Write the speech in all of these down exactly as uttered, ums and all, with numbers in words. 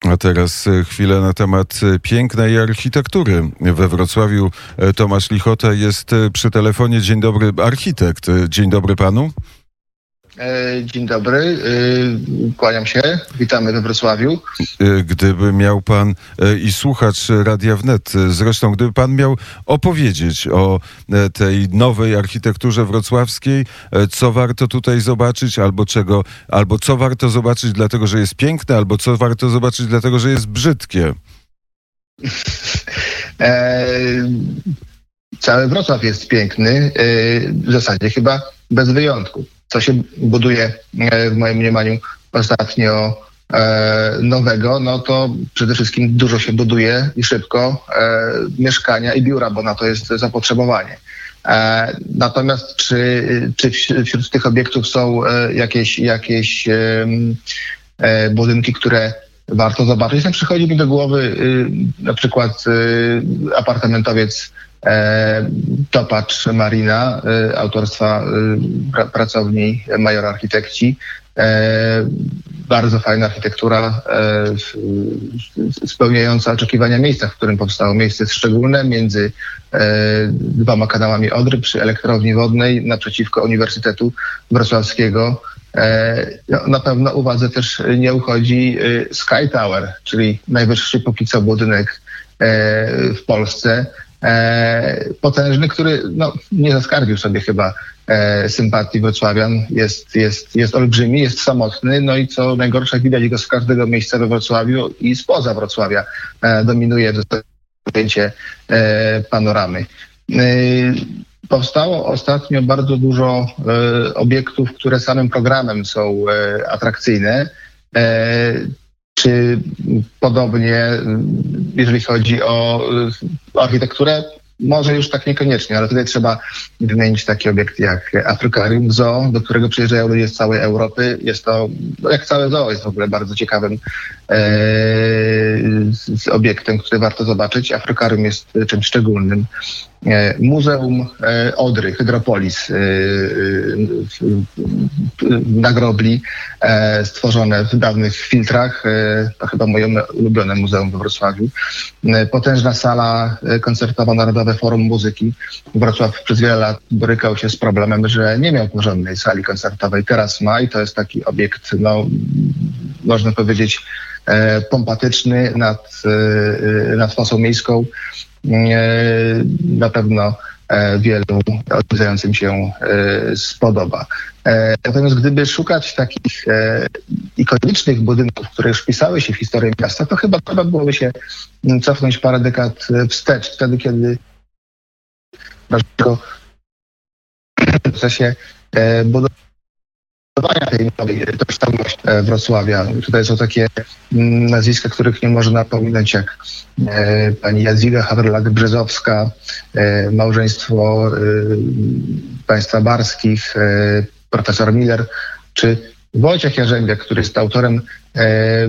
A teraz chwilę na temat pięknej architektury. We Wrocławiu Tomasz Lichota jest przy telefonie. Dzień dobry, architekt. Dzień dobry panu. Dzień dobry, kłaniam się, witamy we Wrocławiu. Gdyby miał pan i słuchacz Radia Wnet, zresztą gdyby pan miał opowiedzieć o tej nowej architekturze wrocławskiej, co warto tutaj zobaczyć, albo czego, albo co warto zobaczyć dlatego, że jest piękne, albo co warto zobaczyć dlatego, że jest brzydkie. e, cały Wrocław jest piękny, e, w zasadzie chyba bez wyjątku. Co się buduje w moim mniemaniu ostatnio e, nowego, no to przede wszystkim dużo się buduje i szybko e, mieszkania i biura, bo na to jest zapotrzebowanie. E, natomiast czy, czy wśród tych obiektów są e, jakieś, jakieś e, e, budynki, które warto zobaczyć? Tam przychodzi mi do głowy e, na przykład e, apartamentowiec E, Topacz Marina, e, autorstwa e, pra, pracowni Major Architekci. E, bardzo fajna architektura, e, spełniająca oczekiwania miejsca, w którym powstało. Miejsce szczególne między e, dwoma kanałami Odry przy elektrowni wodnej naprzeciwko Uniwersytetu Wrocławskiego. E, no, na pewno uwadze też nie uchodzi e, Sky Tower, czyli najwyższy póki co budynek e, w Polsce. E, potężny, który no, nie zaskarbił sobie chyba e, sympatii wrocławian. Jest, jest, jest olbrzymi, jest samotny, no i co najgorsze, widać go z każdego miejsca we Wrocławiu i spoza Wrocławia. E, dominuje zdjęcie e, panoramy. E, powstało ostatnio bardzo dużo e, obiektów, które samym programem są e, atrakcyjne. E, Czy podobnie, jeżeli chodzi o architekturę? Może już tak niekoniecznie, ale tutaj trzeba wymienić taki obiekt jak Afrykarium Zoo, do którego przyjeżdżają ludzie z całej Europy. Jest to, jak całe zoo, jest w ogóle bardzo ciekawym e, z obiektem, który warto zobaczyć. Afrykarium jest czymś szczególnym. E, Muzeum e, Odry, Hydropolis e, na Grobli, e, stworzone w dawnych filtrach. E, to chyba moje ulubione muzeum we Wrocławiu. E, potężna sala koncertowa Narodowe Forum Muzyki. Wrocław przez wiele lat borykał się z problemem, że nie miał porządnej sali koncertowej. Teraz ma i to jest taki obiekt, no, można powiedzieć, e, pompatyczny nad, e, nad fosą miejską. E, na pewno e, wielu odwiedzającym się e, spodoba. E, natomiast gdyby szukać takich e, ikonicznych budynków, które już wpisały się w historię miasta, to chyba trzeba byłoby się cofnąć parę dekad wstecz, wtedy kiedy w procesie e, budowania tej nowej tożsamości Wrocławia. Tutaj są takie nazwiska, których nie można pominąć, jak e, pani Jadwiga Hawerlak-Brzezowska, e, małżeństwo e, państwa Barskich, e, profesor Miller, czy Wojciech Jarzębiak, który jest autorem e,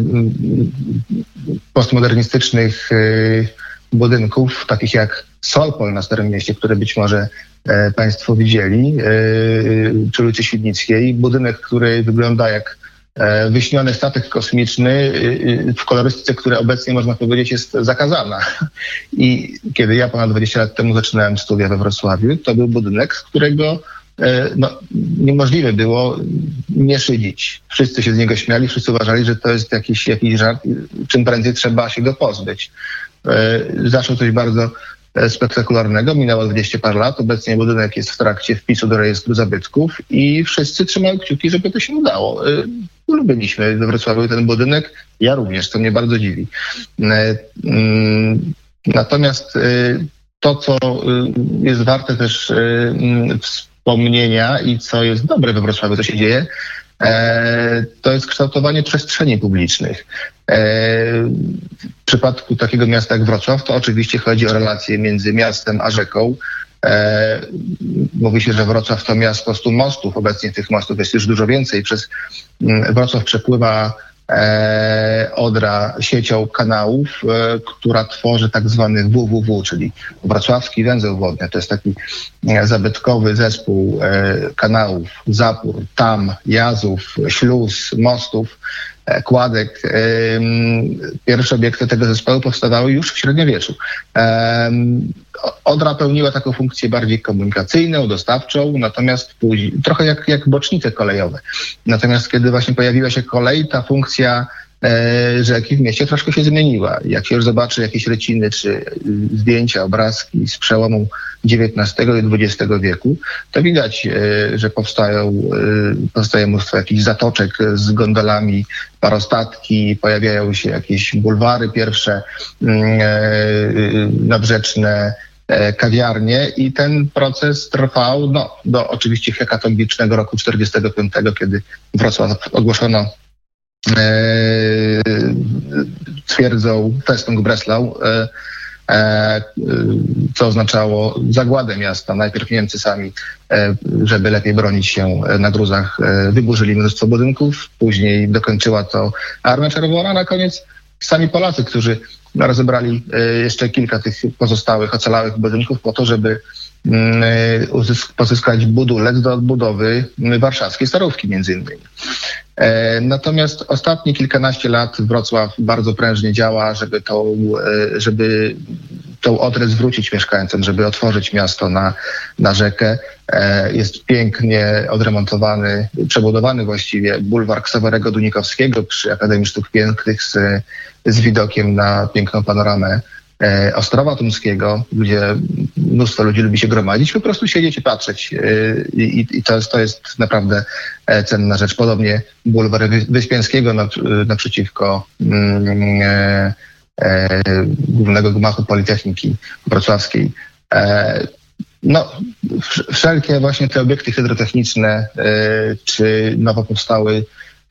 postmodernistycznych e, budynków, takich jak Solpol na Starym Mieście, które być może e, państwo widzieli, e, czy ulicy Świdnickiej. Budynek, który wygląda jak e, wyśniony statek kosmiczny e, w kolorystyce, która obecnie, można powiedzieć, jest zakazana. I kiedy ja ponad dwadzieścia lat temu zaczynałem studia we Wrocławiu, to był budynek, z którego e, no, niemożliwe było nie szydzić. Wszyscy się z niego śmiali, wszyscy uważali, że to jest jakiś, jakiś żart, czym prędzej trzeba się go pozbyć. Zaczął coś bardzo spektakularnego, minęło dwadzieścia parę lat, obecnie budynek jest w trakcie wpisu do rejestru zabytków i wszyscy trzymają kciuki, żeby to się udało. Ulubiliśmy we Wrocławiu ten budynek, ja również, to mnie bardzo dziwi. Natomiast to, co jest warte też wspomnienia i co jest dobre we Wrocławiu, co się dzieje, to jest kształtowanie przestrzeni publicznych. W przypadku takiego miasta jak Wrocław, to oczywiście chodzi o relacje między miastem a rzeką. Mówi się, że Wrocław to miasto stu mostów. Obecnie tych mostów jest już dużo więcej. Przez Wrocław przepływa Odra siecią kanałów, która tworzy tak zwany W W W, czyli Wrocławski Węzeł Wodny. To jest taki zabytkowy zespół kanałów, zapór, tam, jazów, śluz, mostów, kładek. Pierwsze obiekty tego zespołu powstawały już w średniowieczu. Odra pełniła taką funkcję bardziej komunikacyjną, dostawczą, natomiast później, trochę jak, jak bocznice kolejowe. Natomiast kiedy właśnie pojawiła się kolej, ta funkcja rzeki w mieście troszkę się zmieniła. Jak się już zobaczy jakieś ryciny czy zdjęcia, obrazki z przełomu dziewiętnastego i dwudziestego wieku, to widać, że powstają, powstaje mnóstwo jakichś zatoczek z gondolami, parostatki, pojawiają się jakieś bulwary pierwsze, nabrzeczne, kawiarnie i ten proces trwał no, do oczywiście hekatogicznego roku czterdziestego piątego, kiedy Wrocław ogłoszono twierdzą Festung Breslau, co oznaczało zagładę miasta. Najpierw Niemcy sami, żeby lepiej bronić się na gruzach, wyburzyli mnóstwo budynków, później dokończyła to Armia Czerwona, na koniec sami Polacy, którzy rozebrali jeszcze kilka tych pozostałych, ocalałych budynków po to, żeby pozyskać budulec do odbudowy warszawskiej Starówki między innymi. Natomiast ostatnie kilkanaście lat Wrocław bardzo prężnie działa, żeby tą, żeby tą Odrę zwrócić mieszkańcom, żeby otworzyć miasto na, na rzekę. Jest pięknie odremontowany, przebudowany właściwie bulwar Ksawerego Dunikowskiego przy Akademii Sztuk Pięknych z, z widokiem na piękną panoramę Ostrowa Tumskiego, gdzie mnóstwo ludzi lubi się gromadzić, po prostu siedzieć i patrzeć. I, i to, jest, to jest naprawdę cenna rzecz. Podobnie bulwar Wyspiańskiego naprzeciwko e, e, Głównego Gmachu Politechniki Wrocławskiej. E, no, wszelkie właśnie te obiekty hydrotechniczne, e, czy nowo powstały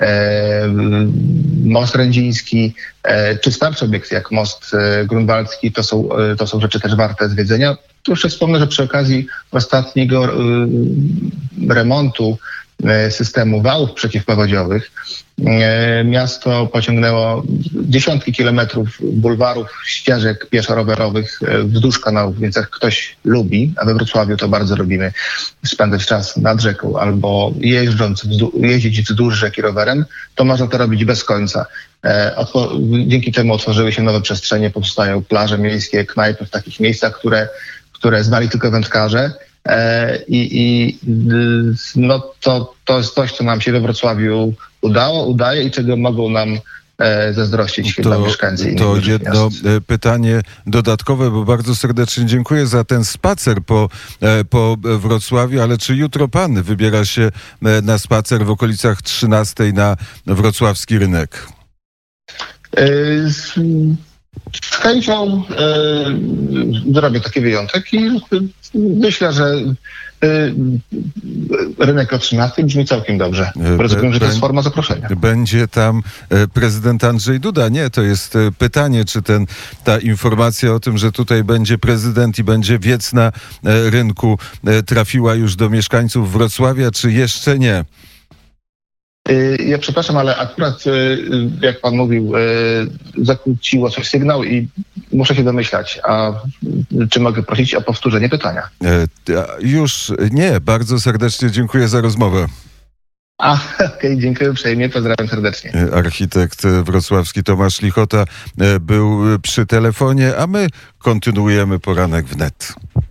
most Rędziński, czy starszy obiekt jak most grunwaldzki, to są, to są rzeczy też warte zwiedzenia. Tu jeszcze wspomnę, że przy okazji ostatniego remontu systemu wałów przeciwpowodziowych miasto pociągnęło dziesiątki kilometrów bulwarów, ścieżek pieszo-rowerowych wzdłuż kanałów, więc jak ktoś lubi, a we Wrocławiu to bardzo lubimy, spędzać czas nad rzeką albo jeżdżąc, jeździć wzdłuż rzeki rowerem, to można to robić bez końca. Dzięki temu otworzyły się nowe przestrzenie, powstają plaże miejskie, knajpy w takich miejscach, które, które znali tylko wędkarze. I, i no to, to jest coś, co nam się we Wrocławiu udało, udaje i czego mogą nam e, zazdrościć chyba to, mieszkańcy innych To jedno miast. pytanie dodatkowe, bo bardzo serdecznie dziękuję za ten spacer po, po Wrocławiu, ale czy jutro pan wybiera się na spacer w okolicach trzynastej na wrocławski rynek? Y- Z chęcią y, zrobię taki wyjątek i y, myślę, że y, rynek o trzynastej brzmi całkiem dobrze. Rozumiem, że to jest forma zaproszenia. Będzie tam prezydent Andrzej Duda? Nie, to jest pytanie, czy ten, ta informacja o tym, że tutaj będzie prezydent i będzie wiec na rynku, trafiła już do mieszkańców Wrocławia, czy jeszcze nie? Ja przepraszam, ale akurat, jak pan mówił, zakłóciło coś sygnał i muszę się domyślać. A czy mogę prosić o powtórzenie pytania? Już nie. Bardzo serdecznie dziękuję za rozmowę. A, okej, okay, dziękuję uprzejmie, pozdrawiam serdecznie. Architekt wrocławski Tomasz Lichota był przy telefonie, a my kontynuujemy poranek wnet.